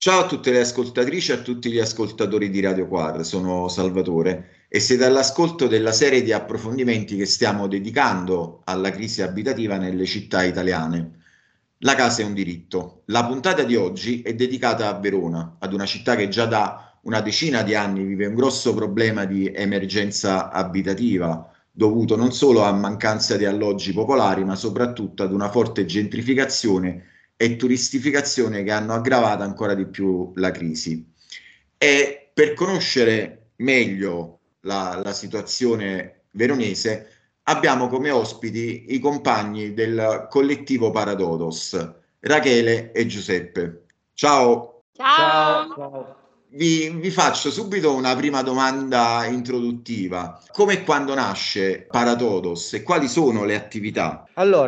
Ciao a tutte le ascoltatrici e a tutti gli ascoltatori di Radio Quadra, sono Salvatore e siete all'ascolto della serie di approfondimenti che stiamo dedicando alla crisi abitativa nelle città italiane. La casa è un diritto. La puntata di oggi è dedicata a Verona, ad una città che già da una decina di anni vive un grosso problema di emergenza abitativa, dovuto non solo a mancanza di alloggi popolari, ma soprattutto ad una forte gentrificazione e turistificazione che hanno aggravato ancora di più la crisi. E per conoscere meglio la situazione veronese abbiamo come ospiti i compagni del collettivo Paratodos, Rachele e Giuseppe. Ciao! Ciao! Ciao. Vi faccio subito una prima domanda introduttiva. Come e quando nasce Paratodos e quali sono le attività?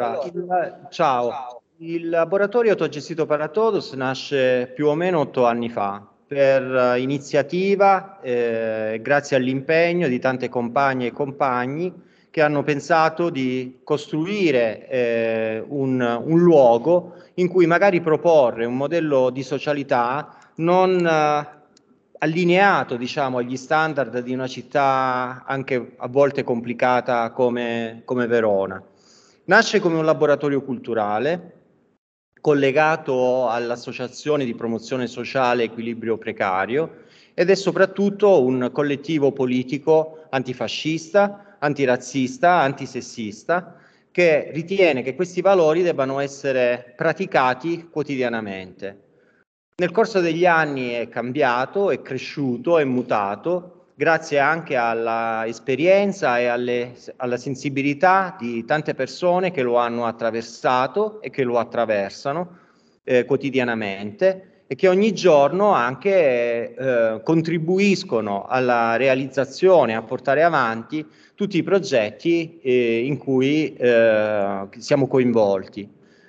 Ciao. Il laboratorio autogestito Paratodos nasce più o meno 8 anni fa per iniziativa, grazie all'impegno di tante compagne e compagni che hanno pensato di costruire un luogo in cui magari proporre un modello di socialità non allineato, diciamo, agli standard di una città anche a volte complicata come Verona. Nasce come un laboratorio culturale collegato all'Associazione di Promozione Sociale Equilibrio Precario ed è soprattutto un collettivo politico antifascista, antirazzista, antisessista che ritiene che questi valori debbano essere praticati quotidianamente. Nel corso degli anni è cambiato, è cresciuto, è mutato, grazie anche alla esperienza e alla sensibilità di tante persone che lo hanno attraversato e che lo attraversano quotidianamente e che ogni giorno anche contribuiscono alla realizzazione, a portare avanti tutti i progetti in cui siamo coinvolti.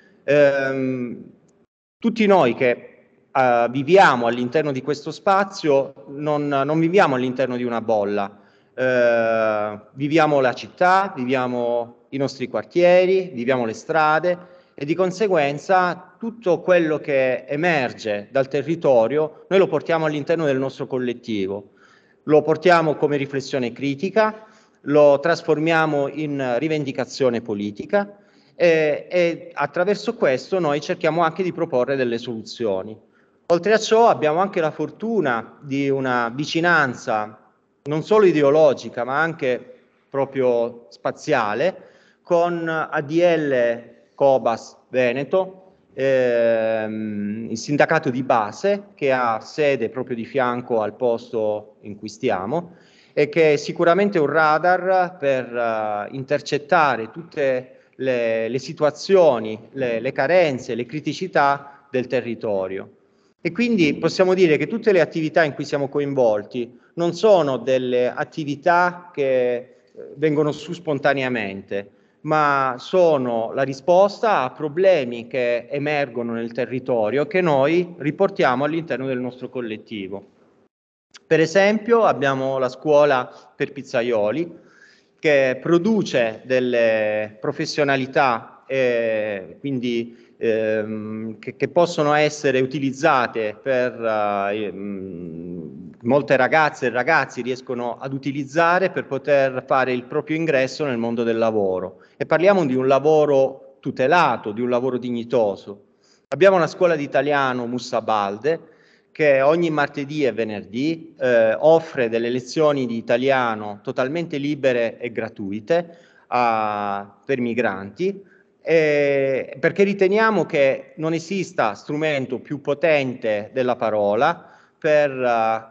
Tutti noi che viviamo all'interno di questo spazio, non viviamo all'interno di una bolla, viviamo la città, viviamo i nostri quartieri, viviamo le strade e di conseguenza tutto quello che emerge dal territorio noi lo portiamo all'interno del nostro collettivo, lo portiamo come riflessione critica, lo trasformiamo in rivendicazione politica e attraverso questo noi cerchiamo anche di proporre delle soluzioni. Oltre a ciò abbiamo anche la fortuna di una vicinanza non solo ideologica ma anche proprio spaziale con ADL Cobas Veneto, il sindacato di base che ha sede proprio di fianco al posto in cui stiamo e che è sicuramente un radar per intercettare tutte le situazioni, le carenze, le criticità del territorio. E quindi possiamo dire che tutte le attività in cui siamo coinvolti non sono delle attività che vengono su spontaneamente, ma sono la risposta a problemi che emergono nel territorio che noi riportiamo all'interno del nostro collettivo. Per esempio abbiamo la scuola per pizzaioli che produce delle professionalità quindi che possono essere utilizzate per molte ragazze e ragazzi riescono ad utilizzare per poter fare il proprio ingresso nel mondo del lavoro. E parliamo di un lavoro tutelato, di un lavoro dignitoso. Abbiamo una scuola di italiano Mussa Balde che ogni martedì e venerdì offre delle lezioni di italiano totalmente libere e gratuite per migranti, perché riteniamo che non esista strumento più potente della parola per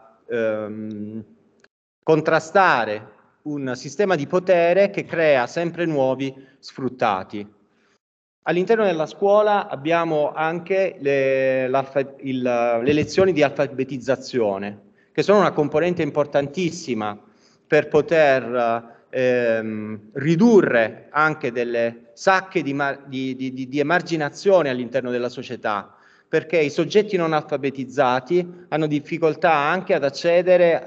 contrastare un sistema di potere che crea sempre nuovi sfruttati. All'interno della scuola abbiamo anche le lezioni di alfabetizzazione, che sono una componente importantissima per poter ridurre anche delle sacche di emarginazione all'interno della società, perché i soggetti non alfabetizzati hanno difficoltà anche ad accedere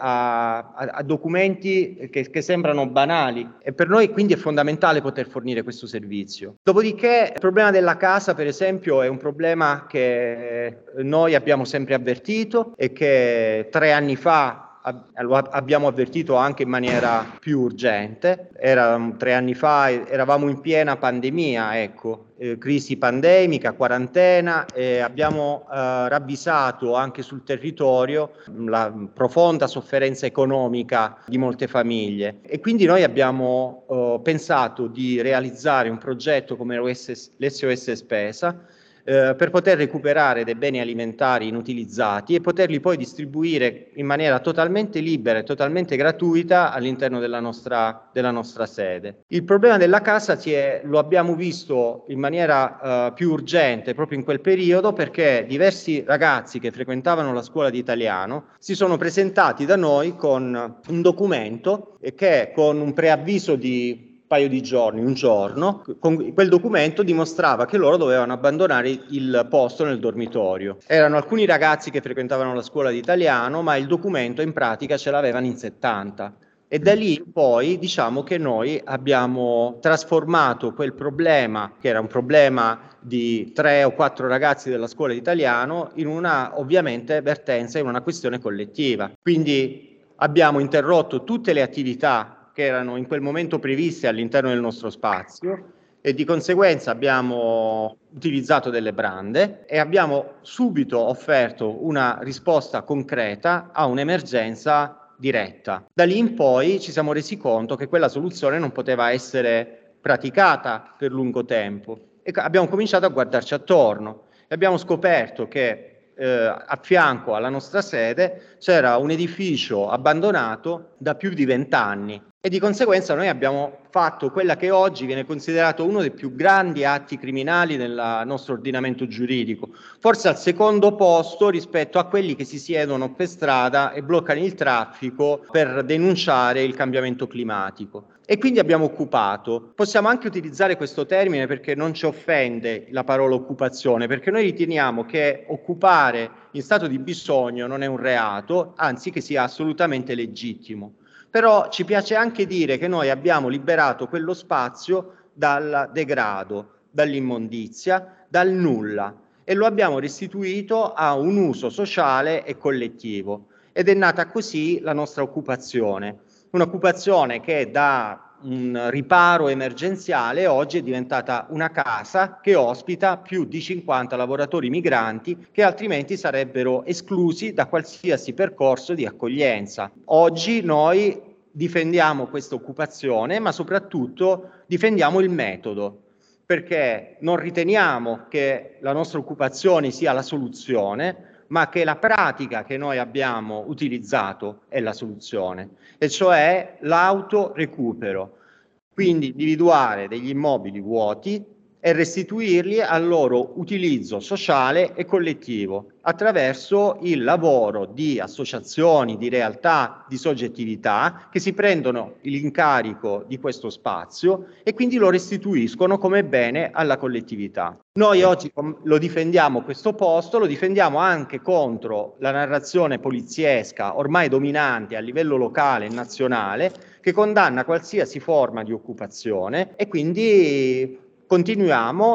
a documenti che sembrano banali, e per noi quindi è fondamentale poter fornire questo servizio. Dopodiché il problema della casa, per esempio, è un problema che noi abbiamo sempre avvertito e che 3 anni fa lo abbiamo avvertito anche in maniera più urgente. 3 anni fa eravamo in piena pandemia, ecco, crisi pandemica, quarantena, e abbiamo ravvisato anche sul territorio la profonda sofferenza economica di molte famiglie, e quindi noi abbiamo pensato di realizzare un progetto come l'SOS Spesa, per poter recuperare dei beni alimentari inutilizzati e poterli poi distribuire in maniera totalmente libera e totalmente gratuita all'interno della nostra sede. Il problema della casa lo abbiamo visto in maniera più urgente proprio in quel periodo, perché diversi ragazzi che frequentavano la scuola di italiano si sono presentati da noi con un documento che, con un preavviso di paio di giorni, un giorno, con quel documento dimostrava che loro dovevano abbandonare il posto nel dormitorio. Erano alcuni ragazzi che frequentavano la scuola di italiano, ma il documento in pratica ce l'avevano in 70. E da lì poi diciamo che noi abbiamo trasformato quel problema, che era un problema di 3 o 4 ragazzi della scuola di italiano, in una ovviamente vertenza, in una questione collettiva. Quindi abbiamo interrotto tutte le attività che erano in quel momento previste all'interno del nostro spazio, e di conseguenza abbiamo utilizzato delle brande e abbiamo subito offerto una risposta concreta a un'emergenza diretta. Da lì in poi ci siamo resi conto che quella soluzione non poteva essere praticata per lungo tempo, e abbiamo cominciato a guardarci attorno e abbiamo scoperto che a fianco alla nostra sede c'era un edificio abbandonato da più di 20 anni, e di conseguenza noi abbiamo fatto quella che oggi viene considerato uno dei più grandi atti criminali del nostro ordinamento giuridico, forse al secondo posto rispetto a quelli che si siedono per strada e bloccano il traffico per denunciare il cambiamento climatico. E quindi abbiamo occupato. Possiamo anche utilizzare questo termine perché non ci offende la parola occupazione, perché noi riteniamo che occupare in stato di bisogno non è un reato, anzi che sia assolutamente legittimo. Però ci piace anche dire che noi abbiamo liberato quello spazio dal degrado, dall'immondizia, dal nulla, e lo abbiamo restituito a un uso sociale e collettivo. Ed è nata così la nostra occupazione. Un'occupazione che da un riparo emergenziale oggi è diventata una casa che ospita più di 50 lavoratori migranti che altrimenti sarebbero esclusi da qualsiasi percorso di accoglienza. Oggi noi difendiamo questa occupazione, ma soprattutto difendiamo il metodo, perché non riteniamo che la nostra occupazione sia la soluzione, ma che la pratica che noi abbiamo utilizzato è la soluzione, e cioè l'autorecupero. Quindi individuare degli immobili vuoti e restituirli al loro utilizzo sociale e collettivo attraverso il lavoro di associazioni, di realtà, di soggettività che si prendono l'incarico di questo spazio e quindi lo restituiscono come bene alla collettività. Noi oggi lo difendiamo questo posto, lo difendiamo anche contro la narrazione poliziesca ormai dominante a livello locale e nazionale, che condanna qualsiasi forma di occupazione, e quindi continuiamo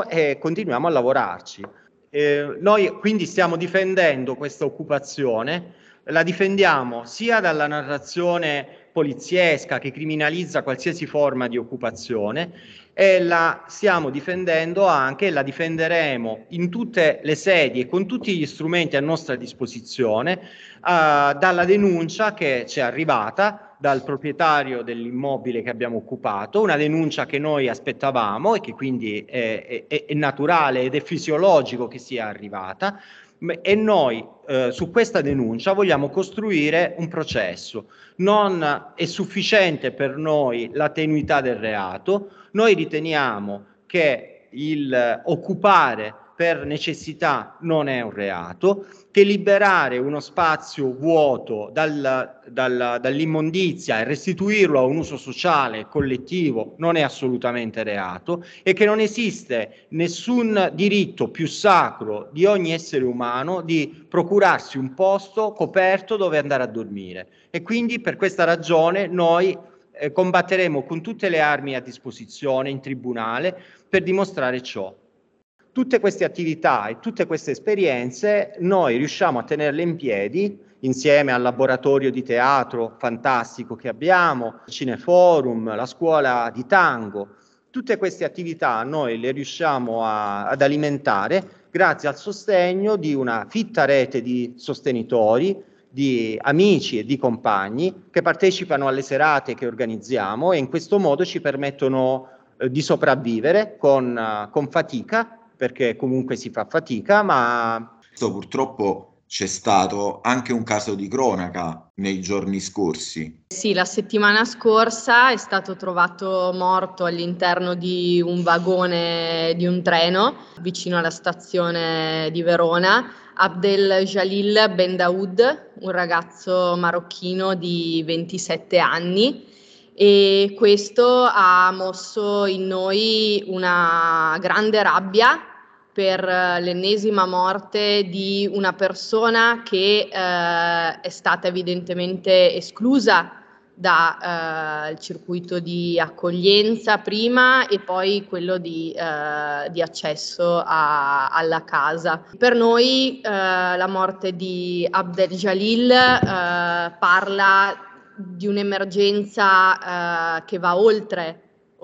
a lavorarci. Noi quindi stiamo difendendo questa occupazione, la difendiamo sia dalla narrazione poliziesca che criminalizza qualsiasi forma di occupazione, e la stiamo difendendo anche, la difenderemo in tutte le sedi e con tutti gli strumenti a nostra disposizione, dalla denuncia che ci è arrivata dal proprietario dell'immobile che abbiamo occupato, una denuncia che noi aspettavamo e che quindi è naturale ed è fisiologico che sia arrivata, e noi su questa denuncia vogliamo costruire un processo. Non è sufficiente per noi la tenuità del reato, noi riteniamo che il occupare per necessità non è un reato, che liberare uno spazio vuoto dall'immondizia e restituirlo a un uso sociale collettivo non è assolutamente reato, e che non esiste nessun diritto più sacro di ogni essere umano di procurarsi un posto coperto dove andare a dormire. E quindi per questa ragione noi combatteremo con tutte le armi a disposizione in tribunale per dimostrare ciò. Tutte queste attività e tutte queste esperienze noi riusciamo a tenerle in piedi insieme al laboratorio di teatro fantastico che abbiamo, il Cineforum, la scuola di tango. Tutte queste attività noi le riusciamo ad alimentare grazie al sostegno di una fitta rete di sostenitori, di amici e di compagni che partecipano alle serate che organizziamo e in questo modo ci permettono di sopravvivere con fatica, perché comunque si fa fatica, ma... Purtroppo c'è stato anche un caso di cronaca nei giorni scorsi. Sì, la settimana scorsa è stato trovato morto all'interno di un vagone di un treno vicino alla stazione di Verona Abdel Jalil Ben Daoud, un ragazzo marocchino di 27 anni. E questo ha mosso in noi una grande rabbia per l'ennesima morte di una persona che è stata evidentemente esclusa dal circuito di accoglienza prima e poi quello di accesso alla casa. Per noi la morte di Abdel Jalil parla di un'emergenza che va oltre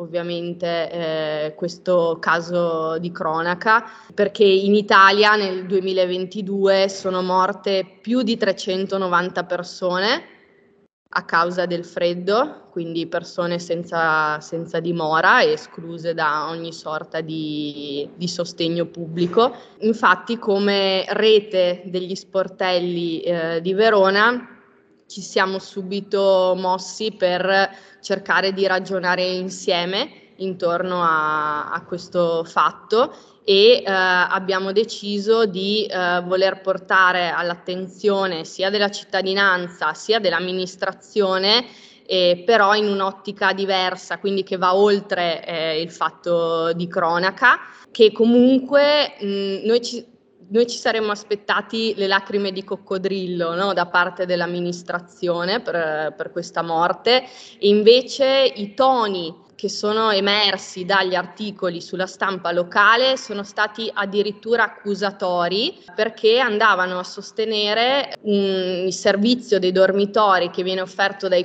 ovviamente questo caso di cronaca, perché in Italia nel 2022 sono morte più di 390 persone a causa del freddo, quindi persone senza dimora e escluse da ogni sorta di sostegno pubblico. Infatti, come rete degli sportelli di Verona ci siamo subito mossi per cercare di ragionare insieme intorno a questo fatto e abbiamo deciso di voler portare all'attenzione sia della cittadinanza sia dell'amministrazione, però in un'ottica diversa, quindi che va oltre il fatto di cronaca, che comunque noi ci saremmo aspettati le lacrime di coccodrillo, no? Da parte dell'amministrazione per questa morte, e invece i toni che sono emersi dagli articoli sulla stampa locale sono stati addirittura accusatori, perché andavano a sostenere il servizio dei dormitori che viene offerto dal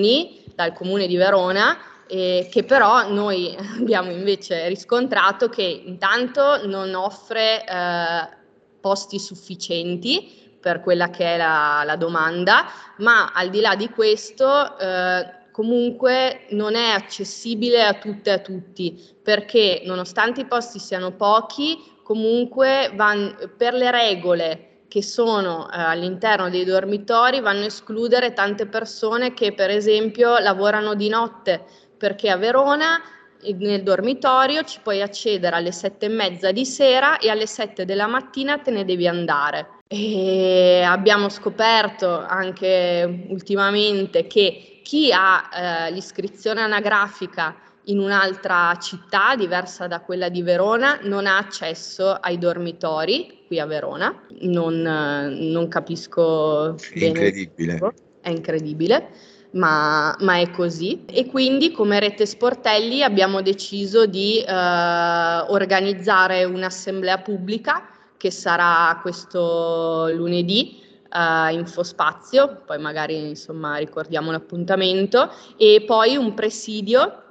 comune di Verona, che però noi abbiamo invece riscontrato che intanto non offre posti sufficienti per quella che è la domanda, ma al di là di questo comunque non è accessibile a tutte e a tutti, perché nonostante i posti siano pochi, comunque per le regole che sono all'interno dei dormitori vanno a escludere tante persone che per esempio lavorano di notte, perché a Verona nel dormitorio ci puoi accedere alle 7:30 di sera e alle 7 della mattina te ne devi andare. E abbiamo scoperto anche ultimamente che chi ha l'iscrizione anagrafica in un'altra città diversa da quella di Verona non ha accesso ai dormitori qui a Verona. Non capisco bene. Incredibile. È incredibile. Ma è così, e quindi come Rete Sportelli abbiamo deciso di organizzare un'assemblea pubblica che sarà questo lunedì Infospazio, poi magari insomma ricordiamo l'appuntamento, e poi un presidio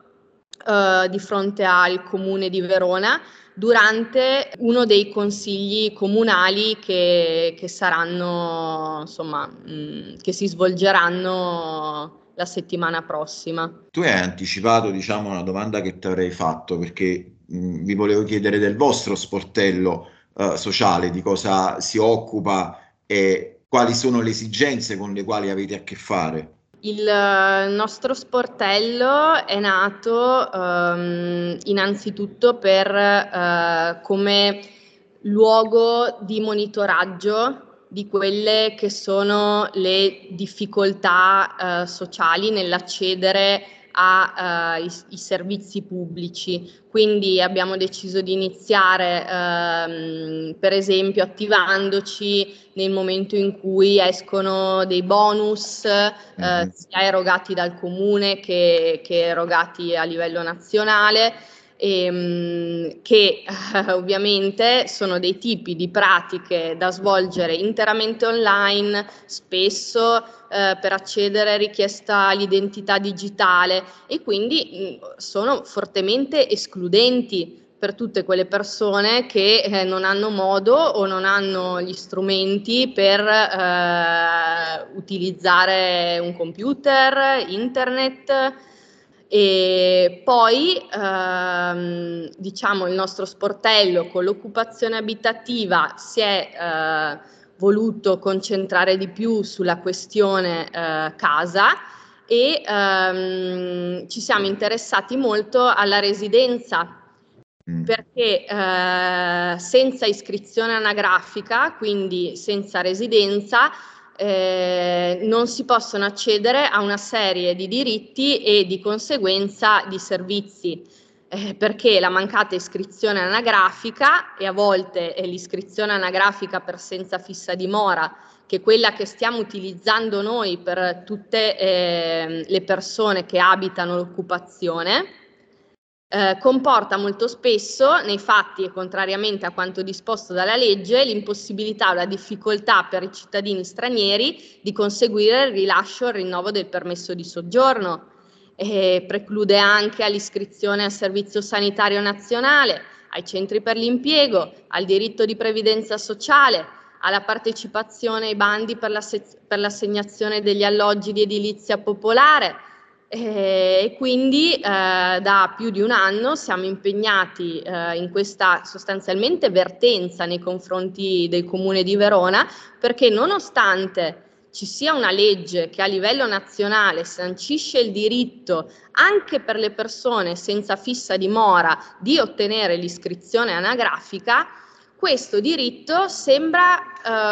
di fronte al Comune di Verona durante uno dei consigli comunali che saranno, insomma, che si svolgeranno la settimana prossima. Tu hai anticipato, diciamo, una domanda che ti avrei fatto, perché vi volevo chiedere del vostro sportello sociale, di cosa si occupa e quali sono le esigenze con le quali avete a che fare. Il nostro sportello è nato innanzitutto per come luogo di monitoraggio di quelle che sono le difficoltà sociali nell'accedere ai servizi pubblici. Quindi abbiamo deciso di iniziare per esempio attivandoci nel momento in cui escono dei bonus sia erogati dal comune che erogati a livello nazionale, che ovviamente sono dei tipi di pratiche da svolgere interamente online, spesso per accedere è richiesta l'identità digitale e quindi sono fortemente escludenti per tutte quelle persone che non hanno modo o non hanno gli strumenti per utilizzare un computer, internet. E poi diciamo il nostro sportello con l'occupazione abitativa si è voluto concentrare di più sulla questione casa e ci siamo interessati molto alla residenza, perché senza iscrizione anagrafica, quindi senza residenza, non si possono accedere a una serie di diritti e di conseguenza di servizi, perché la mancata iscrizione anagrafica, e a volte è l'iscrizione anagrafica per senza fissa dimora, che è quella che stiamo utilizzando noi per tutte le persone che abitano l'occupazione, comporta molto spesso, nei fatti e contrariamente a quanto disposto dalla legge, l'impossibilità o la difficoltà per i cittadini stranieri di conseguire il rilascio o il rinnovo del permesso di soggiorno. Preclude anche all'iscrizione al Servizio Sanitario Nazionale, ai centri per l'impiego, al diritto di previdenza sociale, alla partecipazione ai bandi per l'assegnazione degli alloggi di edilizia popolare. E quindi da più di un anno siamo impegnati in questa sostanzialmente vertenza nei confronti del Comune di Verona, perché nonostante ci sia una legge che a livello nazionale sancisce il diritto anche per le persone senza fissa dimora di ottenere l'iscrizione anagrafica, questo diritto sembra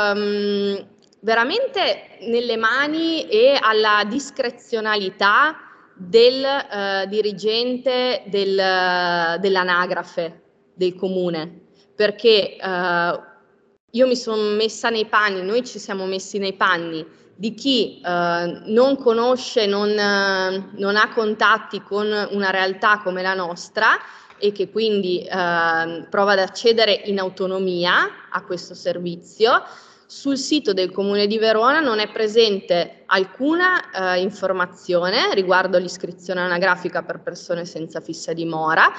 veramente nelle mani e alla discrezionalità del dirigente dell'anagrafe del comune, perché io mi sono messa nei panni, noi ci siamo messi nei panni di chi non conosce, non ha contatti con una realtà come la nostra e che quindi prova ad accedere in autonomia a questo servizio. Sul sito del Comune di Verona non è presente alcuna informazione riguardo l'iscrizione anagrafica per persone senza fissa dimora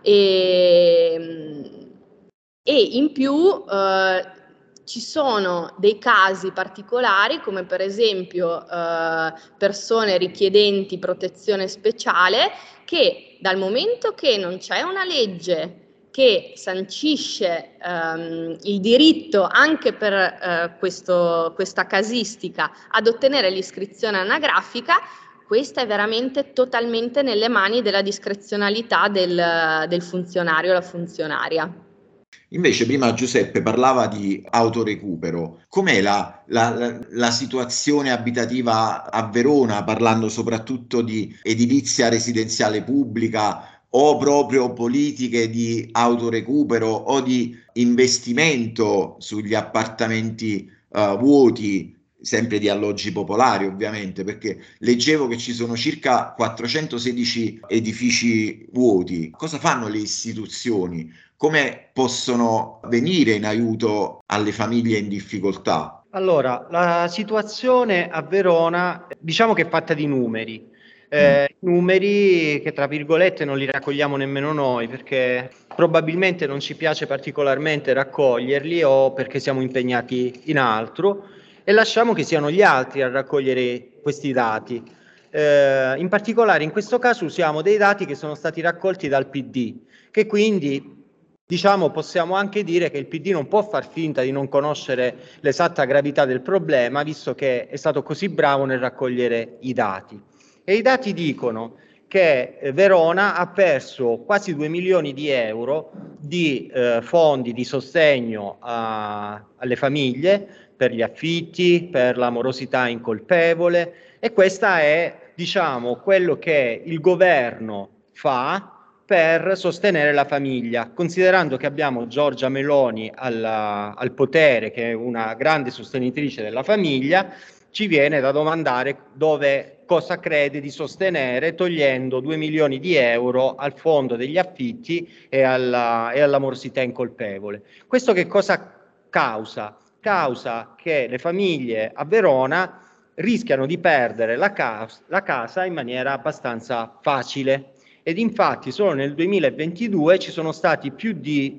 e in più ci sono dei casi particolari, come per esempio persone richiedenti protezione speciale, che dal momento che non c'è una legge che sancisce il diritto anche per questa casistica ad ottenere l'iscrizione anagrafica, questa è veramente totalmente nelle mani della discrezionalità del funzionario o la funzionaria. Invece prima Giuseppe parlava di autorecupero. Com'è la situazione abitativa a Verona, parlando soprattutto di edilizia residenziale pubblica o proprio politiche di autorecupero o di investimento sugli appartamenti vuoti, sempre di alloggi popolari ovviamente, perché leggevo che ci sono circa 416 edifici vuoti. Cosa fanno le istituzioni? Come possono venire in aiuto alle famiglie in difficoltà? Allora, la situazione a Verona diciamo che è fatta di numeri. Numeri che tra virgolette non li raccogliamo nemmeno noi, perché probabilmente non ci piace particolarmente raccoglierli o perché siamo impegnati in altro e lasciamo che siano gli altri a raccogliere questi dati. In particolare in questo caso usiamo dei dati che sono stati raccolti dal PD, che quindi diciamo possiamo anche dire che il PD non può far finta di non conoscere l'esatta gravità del problema, visto che è stato così bravo nel raccogliere i dati. E i dati dicono che Verona ha perso quasi 2 milioni di euro di fondi di sostegno alle famiglie per gli affitti, per la morosità incolpevole, e questa è, diciamo, quello che il governo fa per sostenere la famiglia, considerando che abbiamo Giorgia Meloni al potere, che è una grande sostenitrice della famiglia. Ci viene da domandare cosa crede di sostenere togliendo 2 milioni di euro al fondo degli affitti e alla morosità incolpevole. Questo che cosa causa? Causa che le famiglie a Verona rischiano di perdere la casa in maniera abbastanza facile. Ed infatti solo nel 2022 ci sono stati più di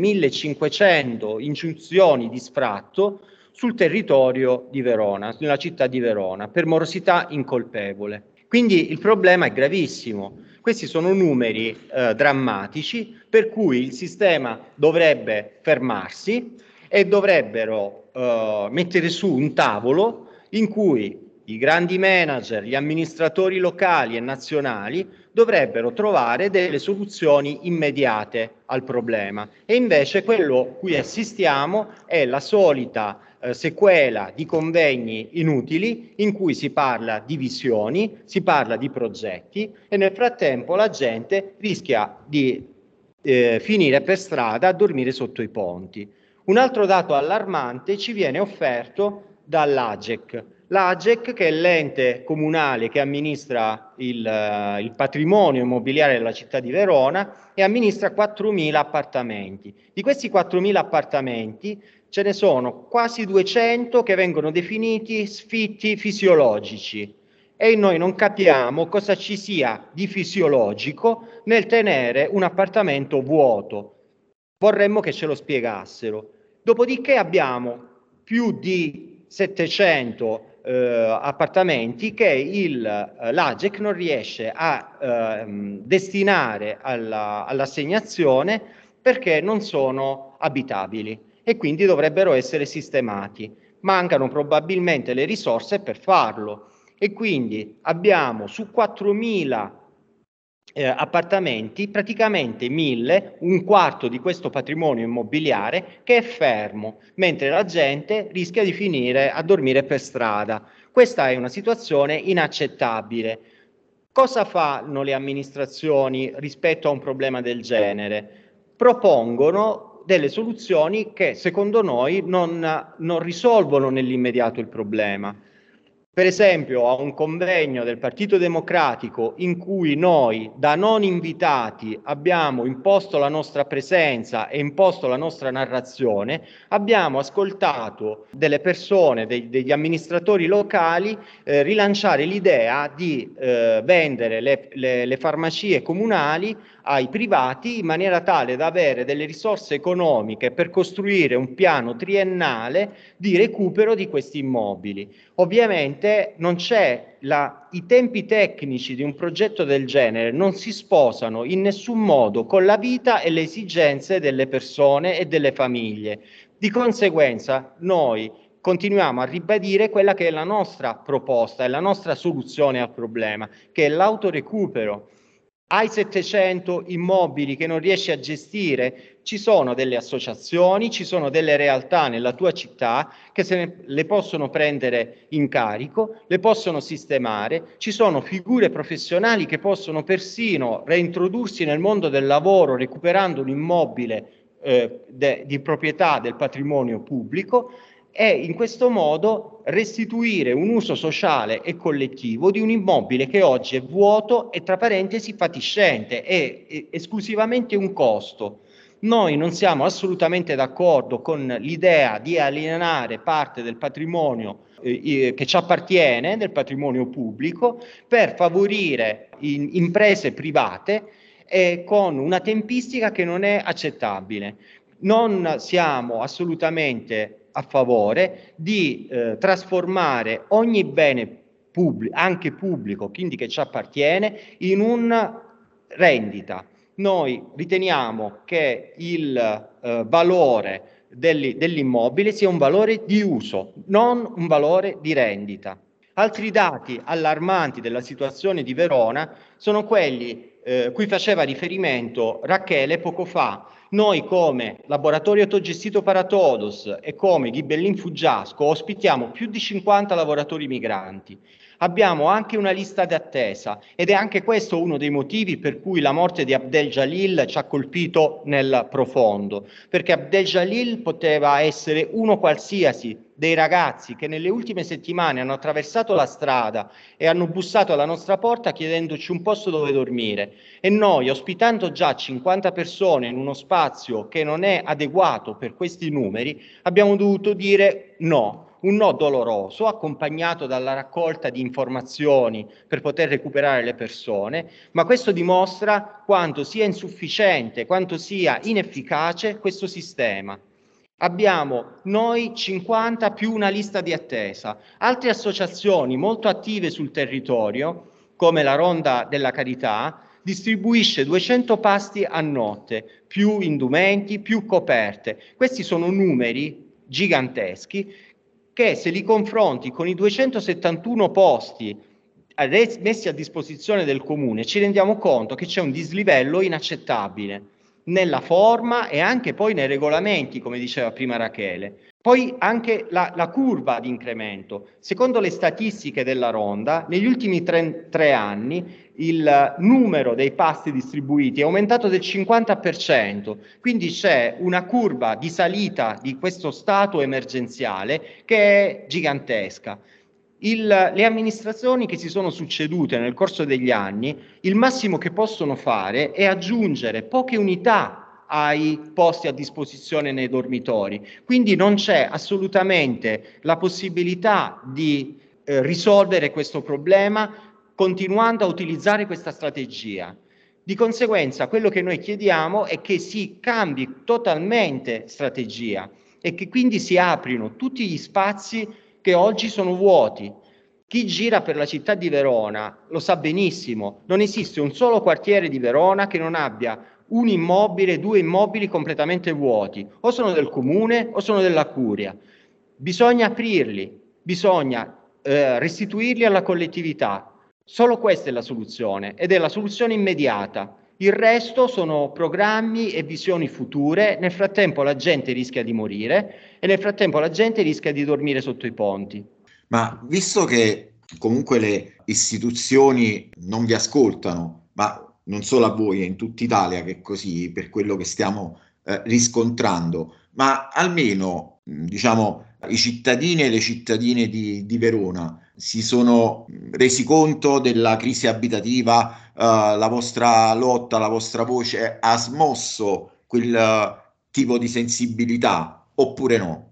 1500 ingiunzioni di sfratto sul territorio di Verona, nella città di Verona, per morosità incolpevole. Quindi il problema è gravissimo. Questi sono numeri drammatici, per cui il sistema dovrebbe fermarsi e dovrebbero mettere su un tavolo in cui i grandi manager, gli amministratori locali e nazionali dovrebbero trovare delle soluzioni immediate al problema. E invece quello cui assistiamo è la solita sequela di convegni inutili in cui si parla di visioni, si parla di progetti e nel frattempo la gente rischia di finire per strada a dormire sotto i ponti. Un altro dato allarmante ci viene offerto dall'AGEC. L'AGEC, che è l'ente comunale che amministra il patrimonio immobiliare della città di Verona e amministra 4.000 appartamenti. Di questi 4.000 appartamenti ce ne sono quasi 200 che vengono definiti sfitti fisiologici e noi non capiamo cosa ci sia di fisiologico nel tenere un appartamento vuoto. Vorremmo che ce lo spiegassero. Dopodiché abbiamo più di 700 appartamenti che l'AGEC non riesce a destinare all'assegnazione perché non sono abitabili e quindi dovrebbero essere sistemati. Mancano probabilmente le risorse per farlo e quindi abbiamo su 4.000 appartamenti praticamente 1.000, un quarto di questo patrimonio immobiliare che è fermo, mentre la gente rischia di finire a dormire per strada. Questa è una situazione inaccettabile. Cosa fanno le amministrazioni rispetto a un problema del genere? Propongono delle soluzioni che secondo noi non risolvono nell'immediato il problema. Per esempio, a un convegno del Partito Democratico in cui noi, da non invitati, abbiamo imposto la nostra presenza e imposto la nostra narrazione, abbiamo ascoltato delle persone, degli amministratori locali, rilanciare l'idea di vendere le farmacie comunali ai privati in maniera tale da avere delle risorse economiche per costruire un piano triennale di recupero di questi immobili. Ovviamente non c'è i tempi tecnici di un progetto del genere non si sposano in nessun modo con la vita e le esigenze delle persone e delle famiglie. Di conseguenza noi continuiamo a ribadire quella che è la nostra proposta e la nostra soluzione al problema, che è l'autorecupero. Hai 700 immobili che non riesci a gestire, ci sono delle associazioni, ci sono delle realtà nella tua città che le possono prendere in carico, le possono sistemare, ci sono figure professionali che possono persino reintrodursi nel mondo del lavoro recuperando un immobile di proprietà del patrimonio pubblico e in questo modo restituire un uso sociale e collettivo di un immobile che oggi è vuoto e tra parentesi fatiscente, è esclusivamente un costo. Noi non siamo assolutamente d'accordo con l'idea di alienare parte del patrimonio che ci appartiene, del patrimonio pubblico, per favorire imprese private con una tempistica che non è accettabile. Non siamo assolutamente a favore di trasformare ogni bene anche pubblico, quindi che ci appartiene, in una rendita. Noi riteniamo che il valore dell'immobile sia un valore di uso, non un valore di rendita. Altri dati allarmanti della situazione di Verona sono quelli cui faceva riferimento Rachele poco fa. Noi come Laboratorio Autogestito Paratodos e come Ghibellin Fuggiasco ospitiamo più di 50 lavoratori migranti. Abbiamo anche una lista d'attesa ed è anche questo uno dei motivi per cui la morte di Abdel Jalil ci ha colpito nel profondo, perché Abdel Jalil poteva essere uno qualsiasi dei ragazzi che nelle ultime settimane hanno attraversato la strada e hanno bussato alla nostra porta chiedendoci un posto dove dormire, e noi, ospitando già 50 persone in uno spazio che non è adeguato per questi numeri, abbiamo dovuto dire no. Un no doloroso, accompagnato dalla raccolta di informazioni per poter recuperare le persone, ma questo dimostra quanto sia insufficiente, quanto sia inefficace questo sistema. Abbiamo noi 50 più una lista di attesa. Altre associazioni molto attive sul territorio, come la Ronda della Carità, distribuisce 200 pasti a notte, più indumenti, più coperte. Questi sono numeri giganteschi che, se li confronti con i 271 posti messi a disposizione del comune, ci rendiamo conto che c'è un dislivello inaccettabile nella forma e anche poi nei regolamenti, come diceva prima Rachele. Poi anche la curva di incremento. Secondo le statistiche della Ronda, negli ultimi tre anni il numero dei pasti distribuiti è aumentato del 50%, quindi c'è una curva di salita di questo stato emergenziale che è gigantesca. Le amministrazioni che si sono succedute nel corso degli anni, il massimo che possono fare è aggiungere poche unità ai posti a disposizione nei dormitori, quindi non c'è assolutamente la possibilità di risolvere questo problema continuando a utilizzare questa strategia. Di conseguenza, quello che noi chiediamo è che si cambi totalmente strategia e che quindi si aprino tutti gli spazi che oggi sono vuoti. Chi gira per la città di Verona lo sa benissimo, non esiste un solo quartiere di Verona che non abbia un immobile, 2 immobili completamente vuoti, o sono del comune o sono della curia. Bisogna aprirli, bisogna restituirli alla collettività. Solo questa è la soluzione ed è la soluzione immediata. Il resto sono programmi e visioni future. Nel frattempo la gente rischia di morire e nel frattempo la gente rischia di dormire sotto i ponti. Ma visto che comunque le istituzioni non vi ascoltano, ma non solo a voi, è in tutta Italia che è così, per quello che stiamo riscontrando, ma almeno diciamo i cittadini e le cittadine di Verona si sono resi conto della crisi abitativa, la vostra lotta, la vostra voce ha smosso quel tipo di sensibilità oppure no?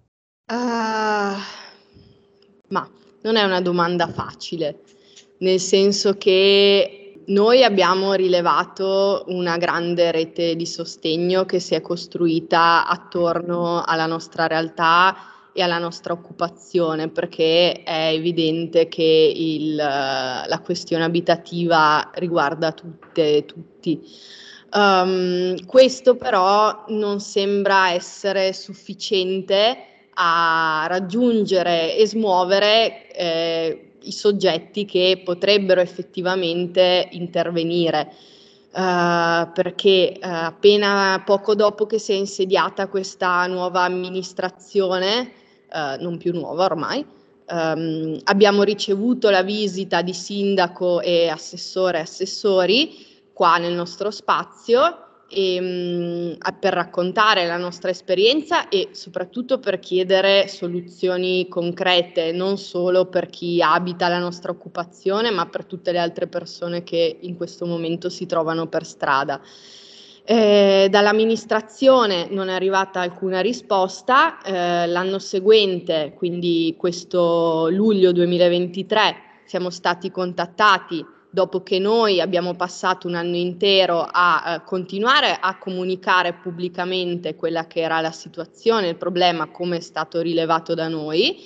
Ma non è una domanda facile, nel senso che noi abbiamo rilevato una grande rete di sostegno che si è costruita attorno alla nostra realtà e alla nostra occupazione, perché è evidente che la questione abitativa riguarda tutte e tutti. Questo però non sembra essere sufficiente a raggiungere e smuovere i soggetti che potrebbero effettivamente intervenire, perché appena poco dopo che si è insediata questa nuova amministrazione, non più nuova ormai, abbiamo ricevuto la visita di sindaco e assessore e assessori qua nel nostro spazio per raccontare la nostra esperienza e soprattutto per chiedere soluzioni concrete, non solo per chi abita la nostra occupazione, ma per tutte le altre persone che in questo momento si trovano per strada. Dall'amministrazione non è arrivata alcuna risposta. L'anno seguente, quindi questo luglio 2023, siamo stati contattati dopo che noi abbiamo passato un anno intero a continuare a comunicare pubblicamente quella che era la situazione, il problema, come è stato rilevato da noi.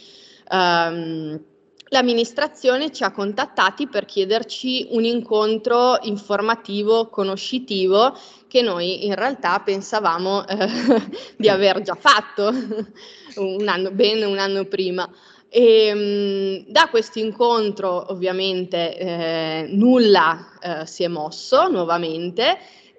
L'amministrazione ci ha contattati per chiederci un incontro informativo, conoscitivo, che noi in realtà pensavamo di aver già fatto ben un anno prima. E da questo incontro ovviamente nulla si è mosso nuovamente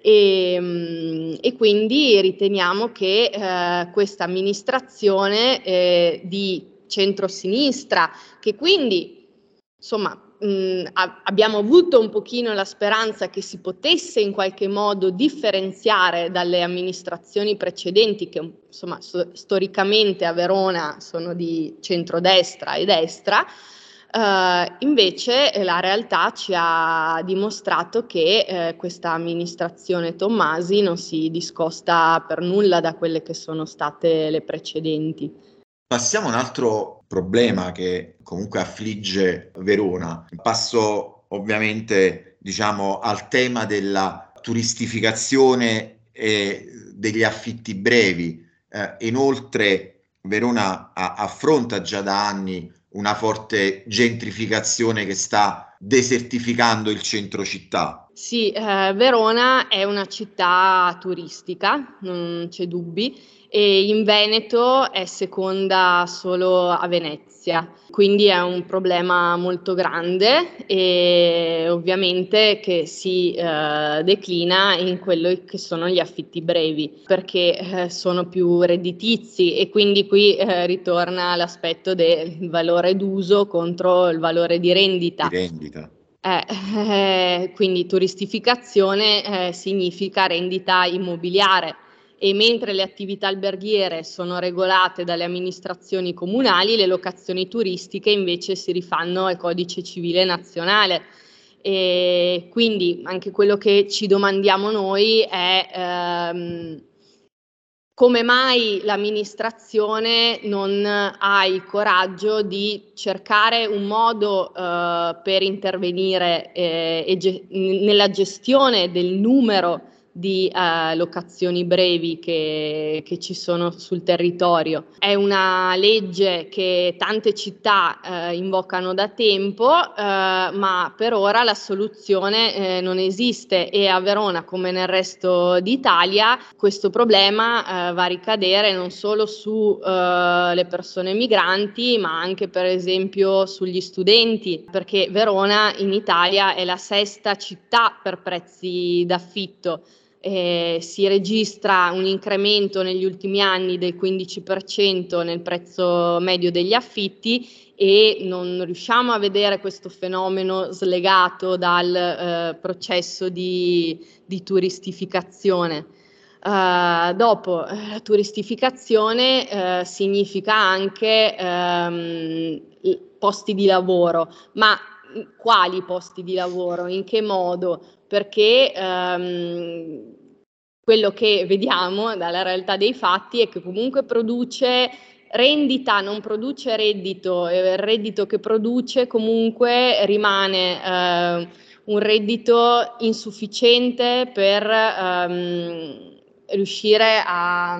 e quindi riteniamo che questa amministrazione di centrosinistra, che quindi insomma abbiamo avuto un pochino la speranza che si potesse in qualche modo differenziare dalle amministrazioni precedenti che insomma storicamente a Verona sono di centrodestra e destra, invece la realtà ci ha dimostrato che questa amministrazione Tommasi non si discosta per nulla da quelle che sono state le precedenti. Passiamo a un altro problema che comunque affligge Verona. Passo ovviamente, diciamo, al tema della turistificazione e degli affitti brevi. Inoltre Verona affronta già da anni una forte gentrificazione che sta desertificando il centro città. Sì, Verona è una città turistica, non c'è dubbi, e in Veneto è seconda solo a Venezia, quindi è un problema molto grande e ovviamente che si declina in quello che sono gli affitti brevi, perché sono più redditizi e quindi qui ritorna l'aspetto del valore d'uso contro il valore di rendita. Quindi turistificazione significa rendita immobiliare e mentre le attività alberghiere sono regolate dalle amministrazioni comunali, le locazioni turistiche invece si rifanno al codice civile nazionale. E quindi anche quello che ci domandiamo noi è come mai l'amministrazione non ha il coraggio di cercare un modo per intervenire nella gestione del numero di locazioni brevi che ci sono sul territorio. È una legge che tante città invocano da tempo, ma per ora la soluzione non esiste e a Verona, come nel resto d'Italia, questo problema va a ricadere non solo su le persone migranti, ma anche per esempio sugli studenti, perché Verona in Italia è la sesta città per prezzi d'affitto. Si registra un incremento negli ultimi anni del 15% nel prezzo medio degli affitti e non riusciamo a vedere questo fenomeno slegato dal processo di turistificazione. Dopo la turistificazione significa anche posti di lavoro, ma quali posti di lavoro? In che modo? Perché quello che vediamo dalla realtà dei fatti è che comunque produce rendita, non produce reddito, e il reddito che produce comunque rimane un reddito insufficiente per riuscire a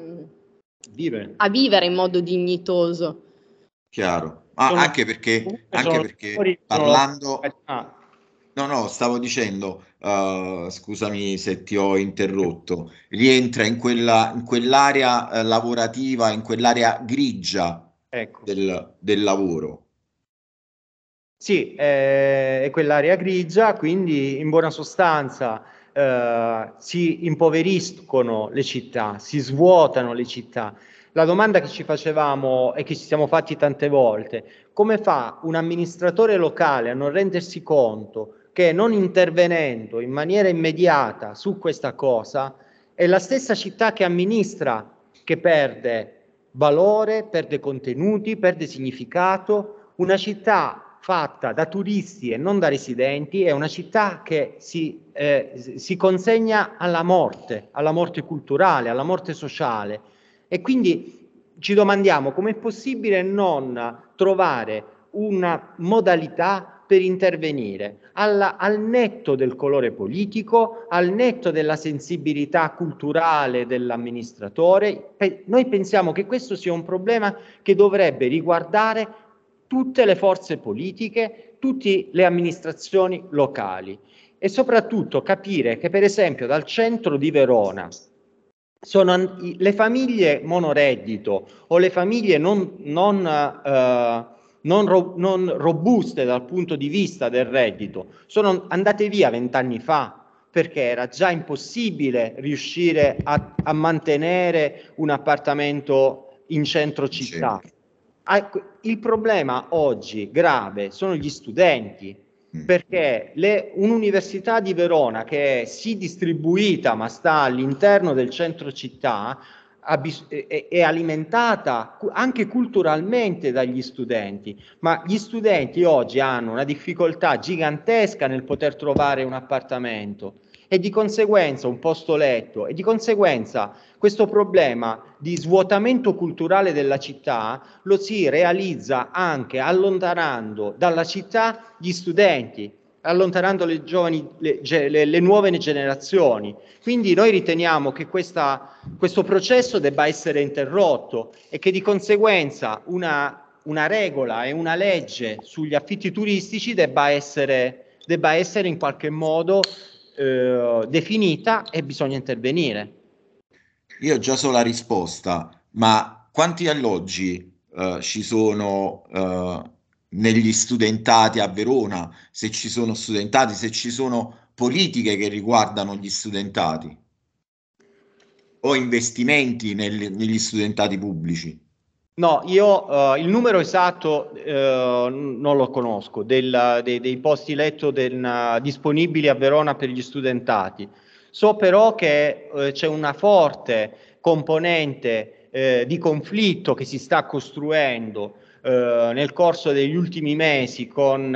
vivere in modo dignitoso. Chiaro. Anche perché parlando... No, stavo dicendo, scusami se ti ho interrotto, rientra in quell'area lavorativa, in quell'area grigia, ecco, del lavoro. Sì, è quell'area grigia, quindi in buona sostanza si impoveriscono le città, si svuotano le città. La domanda che ci facevamo e che ci siamo fatti tante volte: come fa un amministratore locale a non rendersi conto che non intervenendo in maniera immediata su questa cosa è la stessa città che amministra che perde valore, perde contenuti, perde significato? Una città fatta da turisti e non da residenti è una città che si consegna alla morte culturale, alla morte sociale, e quindi ci domandiamo come è possibile non trovare una modalità per intervenire al netto del colore politico, al netto della sensibilità culturale dell'amministratore. Noi pensiamo che questo sia un problema che dovrebbe riguardare tutte le forze politiche, tutte le amministrazioni locali, e soprattutto capire che, per esempio, dal centro di Verona le famiglie monoreddito o le famiglie non robuste dal punto di vista del reddito sono andate via 20 anni fa, perché era già impossibile riuscire a mantenere un appartamento in centro città. Il problema oggi grave sono gli studenti, perché un'università di Verona che è sì distribuita ma sta all'interno del centro città è alimentata anche culturalmente dagli studenti, ma gli studenti oggi hanno una difficoltà gigantesca nel poter trovare un appartamento e di conseguenza un posto letto, e di conseguenza questo problema di svuotamento culturale della città lo si realizza anche allontanando dalla città gli studenti, allontanando le nuove generazioni. Quindi noi riteniamo che questo processo debba essere interrotto e che di conseguenza una regola e una legge sugli affitti turistici debba essere in qualche modo definita, e bisogna intervenire. Io ho già so la risposta, ma quanti alloggi ci sono negli studentati a Verona, se ci sono studentati, se ci sono politiche che riguardano gli studentati o investimenti negli studentati pubblici? No, io il numero esatto non lo conosco, dei posti letto disponibili a Verona per gli studentati. So però che c'è una forte componente di conflitto che si sta costruendo nel corso degli ultimi mesi con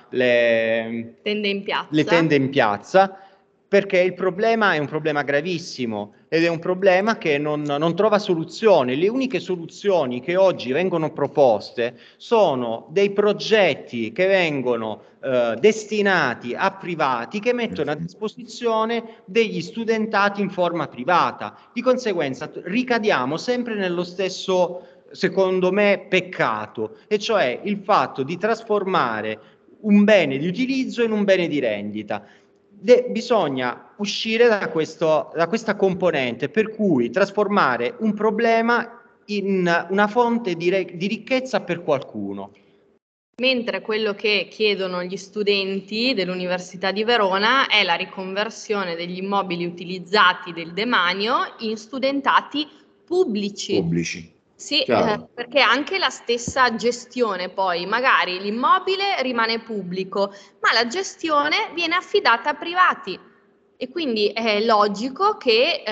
le tende in piazza, perché il problema è un problema gravissimo ed è un problema che non trova soluzione. Le uniche soluzioni che oggi vengono proposte sono dei progetti che vengono destinati a privati, che mettono a disposizione degli studentati in forma privata. Di conseguenza ricadiamo sempre nello stesso, secondo me, peccato, e cioè il fatto di trasformare un bene di utilizzo in un bene di rendita. Bisogna uscire da questa componente, per cui trasformare un problema in una fonte di ricchezza per qualcuno. Mentre quello che chiedono gli studenti dell'Università di Verona è la riconversione degli immobili utilizzati del demanio in studentati pubblici. Sì, perché anche la stessa gestione, poi magari l'immobile rimane pubblico, ma la gestione viene affidata a privati, e quindi è logico che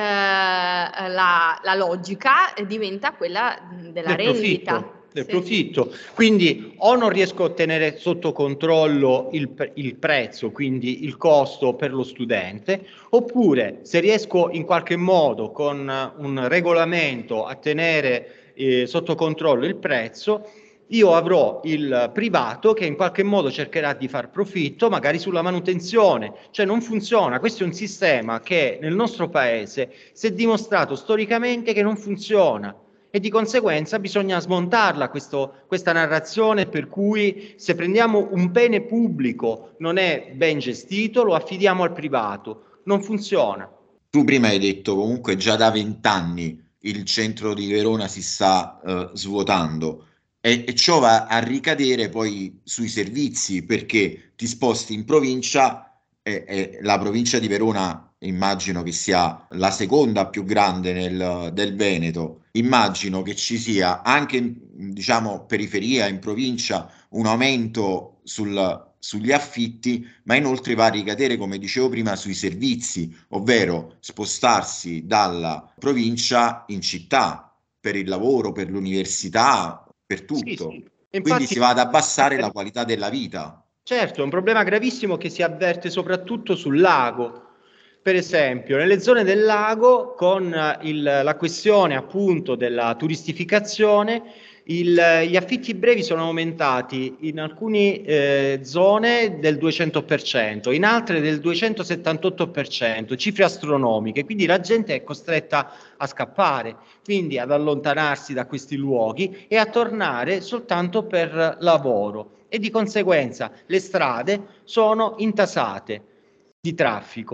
la logica diventa quella della rendita. Del profitto. Quindi o non riesco a tenere sotto controllo il prezzo, quindi il costo per lo studente, oppure se riesco in qualche modo con un regolamento a tenere sotto controllo il prezzo, io avrò il privato che in qualche modo cercherà di far profitto magari sulla manutenzione. Cioè non funziona. Questo è un sistema che nel nostro paese si è dimostrato storicamente che non funziona, e di conseguenza bisogna smontarla questa narrazione per cui se prendiamo un bene pubblico non è ben gestito, lo affidiamo al privato. Non funziona. Tu prima hai detto comunque già da 20 anni il centro di Verona si sta svuotando, e ciò va a ricadere poi sui servizi, perché ti sposti in provincia e la provincia di Verona immagino che sia la seconda più grande del Veneto. Immagino che ci sia anche in, diciamo, periferia, in provincia, un aumento sugli affitti, ma inoltre va a ricadere, come dicevo prima, sui servizi, ovvero spostarsi dalla provincia in città per il lavoro, per l'università, per tutto. Sì. Quindi si va ad abbassare la qualità della vita. Certo, è un problema gravissimo che si avverte soprattutto sul lago. Per esempio, nelle zone del lago, con la questione appunto della turistificazione, gli affitti brevi sono aumentati in alcune zone del 200%, in altre del 278%, cifre astronomiche. Quindi la gente è costretta a scappare, quindi ad allontanarsi da questi luoghi e a tornare soltanto per lavoro, e di conseguenza le strade sono intasate di traffico.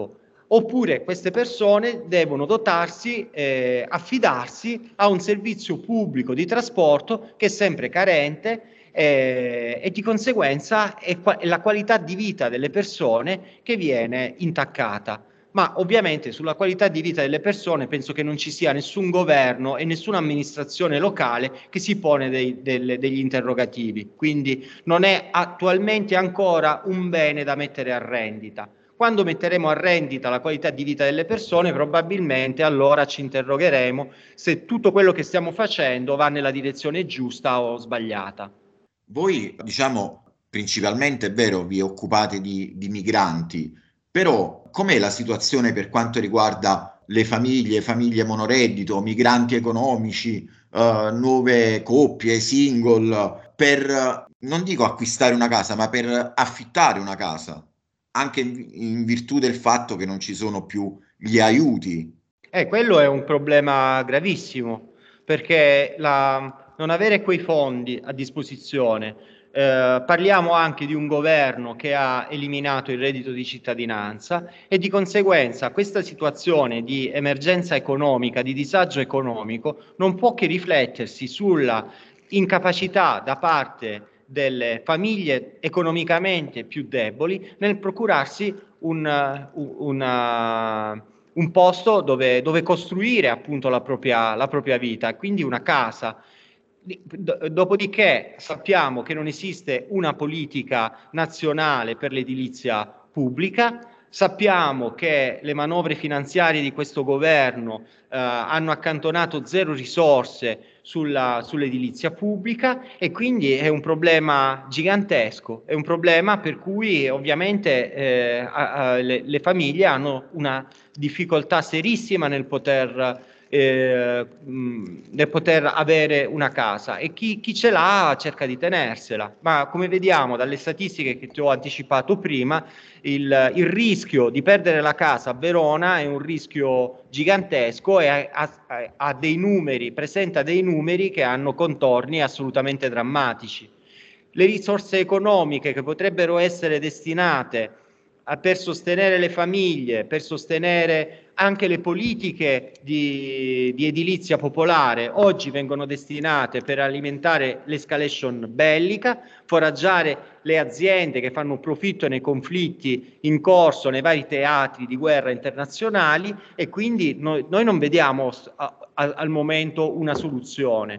Oppure queste persone devono dotarsi, affidarsi a un servizio pubblico di trasporto che è sempre carente, e di conseguenza è la qualità di vita delle persone che viene intaccata. Ma ovviamente sulla qualità di vita delle persone penso che non ci sia nessun governo e nessuna amministrazione locale che si pone degli interrogativi. Quindi non è attualmente ancora un bene da mettere a rendita. Quando metteremo a rendita la qualità di vita delle persone, probabilmente allora ci interrogheremo se tutto quello che stiamo facendo va nella direzione giusta o sbagliata. Voi, diciamo, principalmente, è vero, vi occupate di migranti, però com'è la situazione per quanto riguarda le famiglie monoreddito, migranti economici, nuove coppie, single, per, non dico acquistare una casa, ma per affittare una casa, anche in virtù del fatto che non ci sono più gli aiuti? Quello è un problema gravissimo, perché non avere quei fondi a disposizione, parliamo anche di un governo che ha eliminato il reddito di cittadinanza e di conseguenza questa situazione di emergenza economica, di disagio economico, non può che riflettersi sulla incapacità da parte delle famiglie economicamente più deboli nel procurarsi un posto dove costruire appunto la propria vita, quindi una casa. Dopodiché sappiamo che non esiste una politica nazionale per l'edilizia pubblica, sappiamo che le manovre finanziarie di questo governo hanno accantonato zero risorse sull'edilizia pubblica e quindi è un problema gigantesco, è un problema per cui ovviamente le famiglie hanno una difficoltà serissima nel poter avere una casa e chi ce l'ha cerca di tenersela, ma come vediamo dalle statistiche che ti ho anticipato prima, il rischio di perdere la casa a Verona è un rischio gigantesco e presenta dei numeri che hanno contorni assolutamente drammatici. Le risorse economiche che potrebbero essere destinate per sostenere le famiglie, per sostenere anche le politiche di edilizia popolare, oggi vengono destinate per alimentare l'escalation bellica, foraggiare le aziende che fanno profitto nei conflitti in corso nei vari teatri di guerra internazionali e quindi noi non vediamo al momento una soluzione.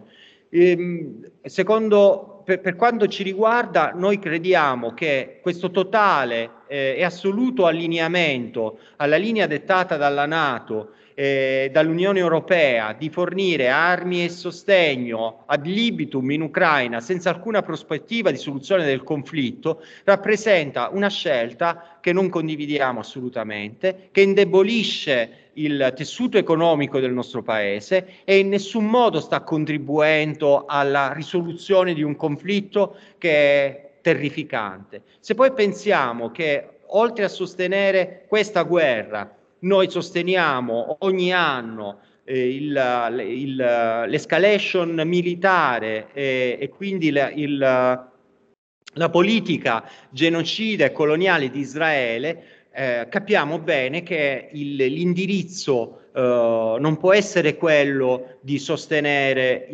Per quanto ci riguarda, noi crediamo che questo totale e assoluto allineamento alla linea dettata dalla NATO, dall'Unione Europea, di fornire armi e sostegno ad libitum in Ucraina senza alcuna prospettiva di soluzione del conflitto, rappresenta una scelta che non condividiamo assolutamente, che indebolisce il tessuto economico del nostro paese e in nessun modo sta contribuendo alla risoluzione di un conflitto che è terrificante. Se poi pensiamo che oltre a sostenere questa guerra, noi sosteniamo ogni anno l'escalation militare e quindi la politica genocida e coloniale di Israele, capiamo bene che l'indirizzo non può essere quello di sostenere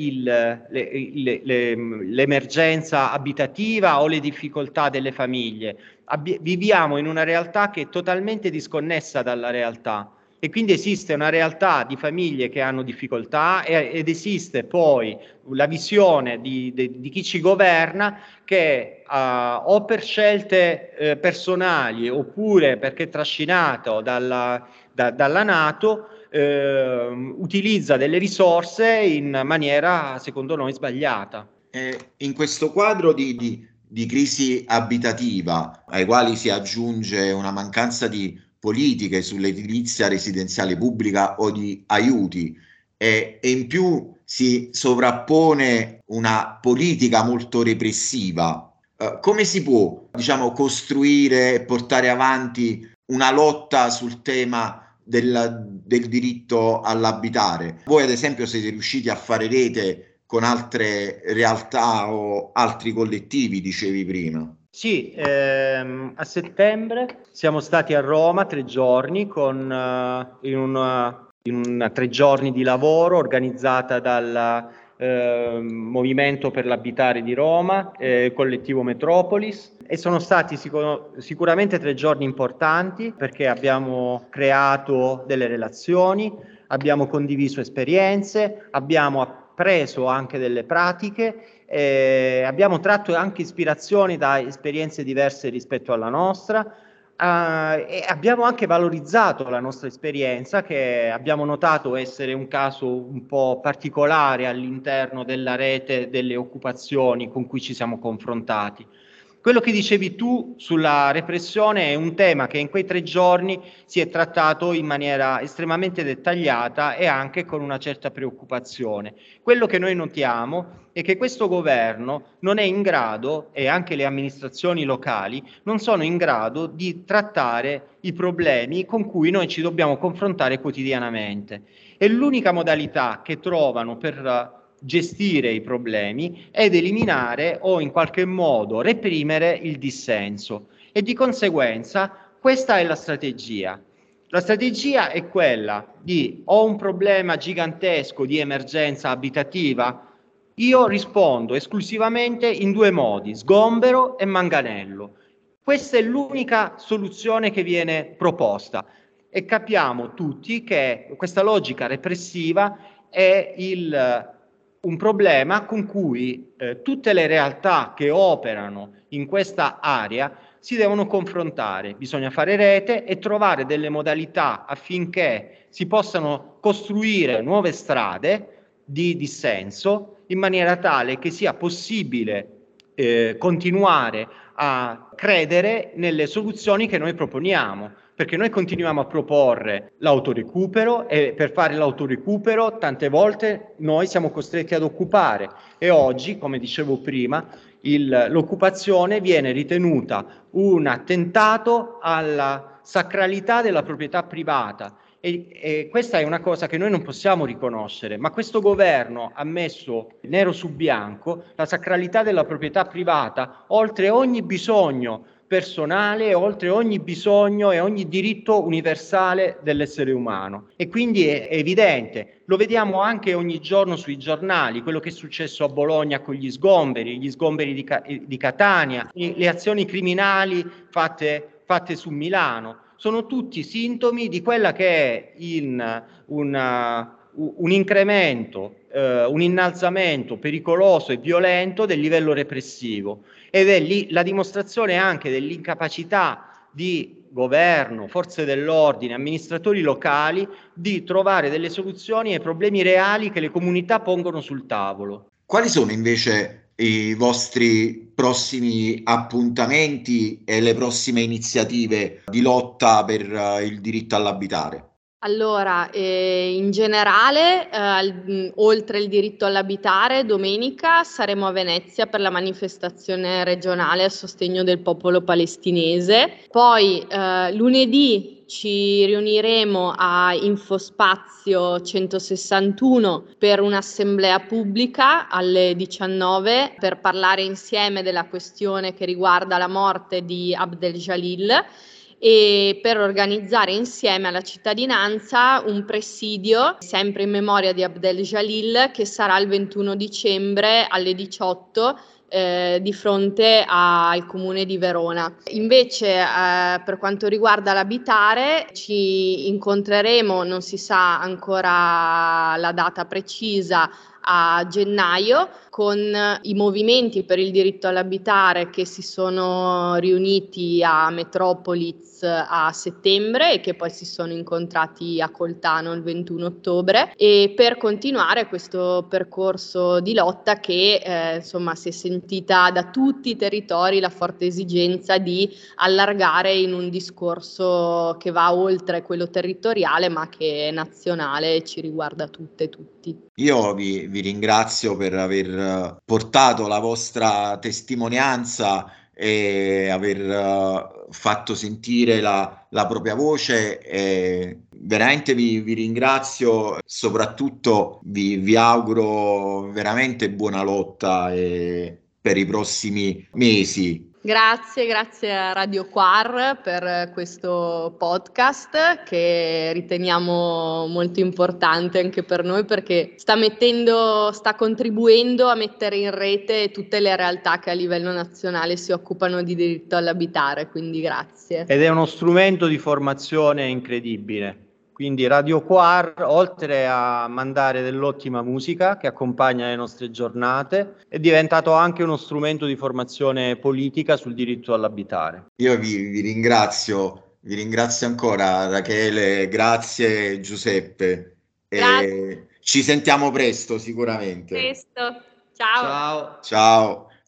l'emergenza abitativa o le difficoltà delle famiglie. Viviamo in una realtà che è totalmente disconnessa dalla realtà e quindi esiste una realtà di famiglie che hanno difficoltà ed esiste poi la visione di chi ci governa che o per scelte personali oppure perché trascinato dalla NATO utilizza delle risorse in maniera secondo noi sbagliata. In questo quadro di crisi abitativa, ai quali si aggiunge una mancanza di politiche sull'edilizia residenziale pubblica o di aiuti, e in più si sovrappone una politica molto repressiva, come si può, diciamo, costruire e portare avanti una lotta sul tema del diritto all'abitare? Voi, ad esempio, siete riusciti a fare rete con altre realtà o altri collettivi, dicevi prima? Sì, a settembre siamo stati a Roma 3 giorni in 3 giorni di lavoro organizzata dal Movimento per l'Abitare di Roma, collettivo Metropolis, e sono stati sicuramente 3 giorni importanti perché abbiamo creato delle relazioni, abbiamo condiviso esperienze, abbiamo appreso anche delle pratiche. Abbiamo tratto anche ispirazioni da esperienze diverse rispetto alla nostra, e abbiamo anche valorizzato la nostra esperienza, che abbiamo notato essere un caso un po' particolare all'interno della rete delle occupazioni con cui ci siamo confrontati. Quello che dicevi tu sulla repressione è un tema che in quei 3 giorni si è trattato in maniera estremamente dettagliata e anche con una certa preoccupazione. Quello che noi notiamo è che questo governo non è in grado, e anche le amministrazioni locali, non sono in grado di trattare i problemi con cui noi ci dobbiamo confrontare quotidianamente. E l'unica modalità che trovano per gestire i problemi ed eliminare o in qualche modo reprimere il dissenso, e di conseguenza questa è la strategia. La strategia è quella di: ho un problema gigantesco di emergenza abitativa, io rispondo esclusivamente in 2 modi: sgombero e manganello. Questa è l'unica soluzione che viene proposta, e capiamo tutti che questa logica repressiva è un problema con cui tutte le realtà che operano in questa area si devono confrontare. Bisogna fare rete e trovare delle modalità affinché si possano costruire nuove strade di dissenso, in maniera tale che sia possibile continuare a credere nelle soluzioni che noi proponiamo, perché noi continuiamo a proporre l'autorecupero, e per fare l'autorecupero tante volte noi siamo costretti ad occupare, e oggi, come dicevo prima, l'occupazione viene ritenuta un attentato alla sacralità della proprietà privata, e questa è una cosa che noi non possiamo riconoscere, ma questo governo ha messo nero su bianco la sacralità della proprietà privata oltre ogni bisogno personale, oltre ogni bisogno e ogni diritto universale dell'essere umano. E quindi è evidente, lo vediamo anche ogni giorno sui giornali, quello che è successo a Bologna con gli sgomberi di Catania, le azioni criminali fatte su Milano. Sono tutti sintomi di quella che è un incremento, un innalzamento pericoloso e violento del livello repressivo, ed è lì la dimostrazione anche dell'incapacità di governo, forze dell'ordine, amministratori locali di trovare delle soluzioni ai problemi reali che le comunità pongono sul tavolo. Quali sono invece i vostri prossimi appuntamenti e le prossime iniziative di lotta per il diritto all'abitare? Allora, in generale, oltre il diritto all'abitare, domenica saremo a Venezia per la manifestazione regionale a sostegno del popolo palestinese. Poi lunedì ci riuniremo a Infospazio 161 per un'assemblea pubblica alle 19 per parlare insieme della questione che riguarda la morte di Abdel Jalil, e per organizzare insieme alla cittadinanza un presidio sempre in memoria di Abdel Jalil, che sarà il 21 dicembre alle 18 di fronte al comune di Verona. Invece per quanto riguarda l'abitare, ci incontreremo, non si sa ancora la data precisa, a gennaio, con i movimenti per il diritto all'abitare che si sono riuniti a Metropolis a settembre e che poi si sono incontrati a Coltano il 21 ottobre, e per continuare questo percorso di lotta che insomma si è sentita da tutti i territori la forte esigenza di allargare in un discorso che va oltre quello territoriale ma che è nazionale e ci riguarda tutte e tutti. Io vi ringrazio per aver portato la vostra testimonianza e aver fatto sentire la propria voce, e veramente vi ringrazio, soprattutto vi auguro veramente buona lotta per i prossimi mesi. Grazie a Radio Quar per questo podcast che riteniamo molto importante anche per noi, perché sta contribuendo a mettere in rete tutte le realtà che a livello nazionale si occupano di diritto all'abitare, quindi grazie. Ed è uno strumento di formazione incredibile. Quindi Radio Quar, oltre a mandare dell'ottima musica che accompagna le nostre giornate, è diventato anche uno strumento di formazione politica sul diritto all'abitare. Io vi ringrazio ancora, Rachele, grazie Giuseppe. Grazie. Ci sentiamo presto sicuramente. Presto. Ciao. Ciao. Ciao.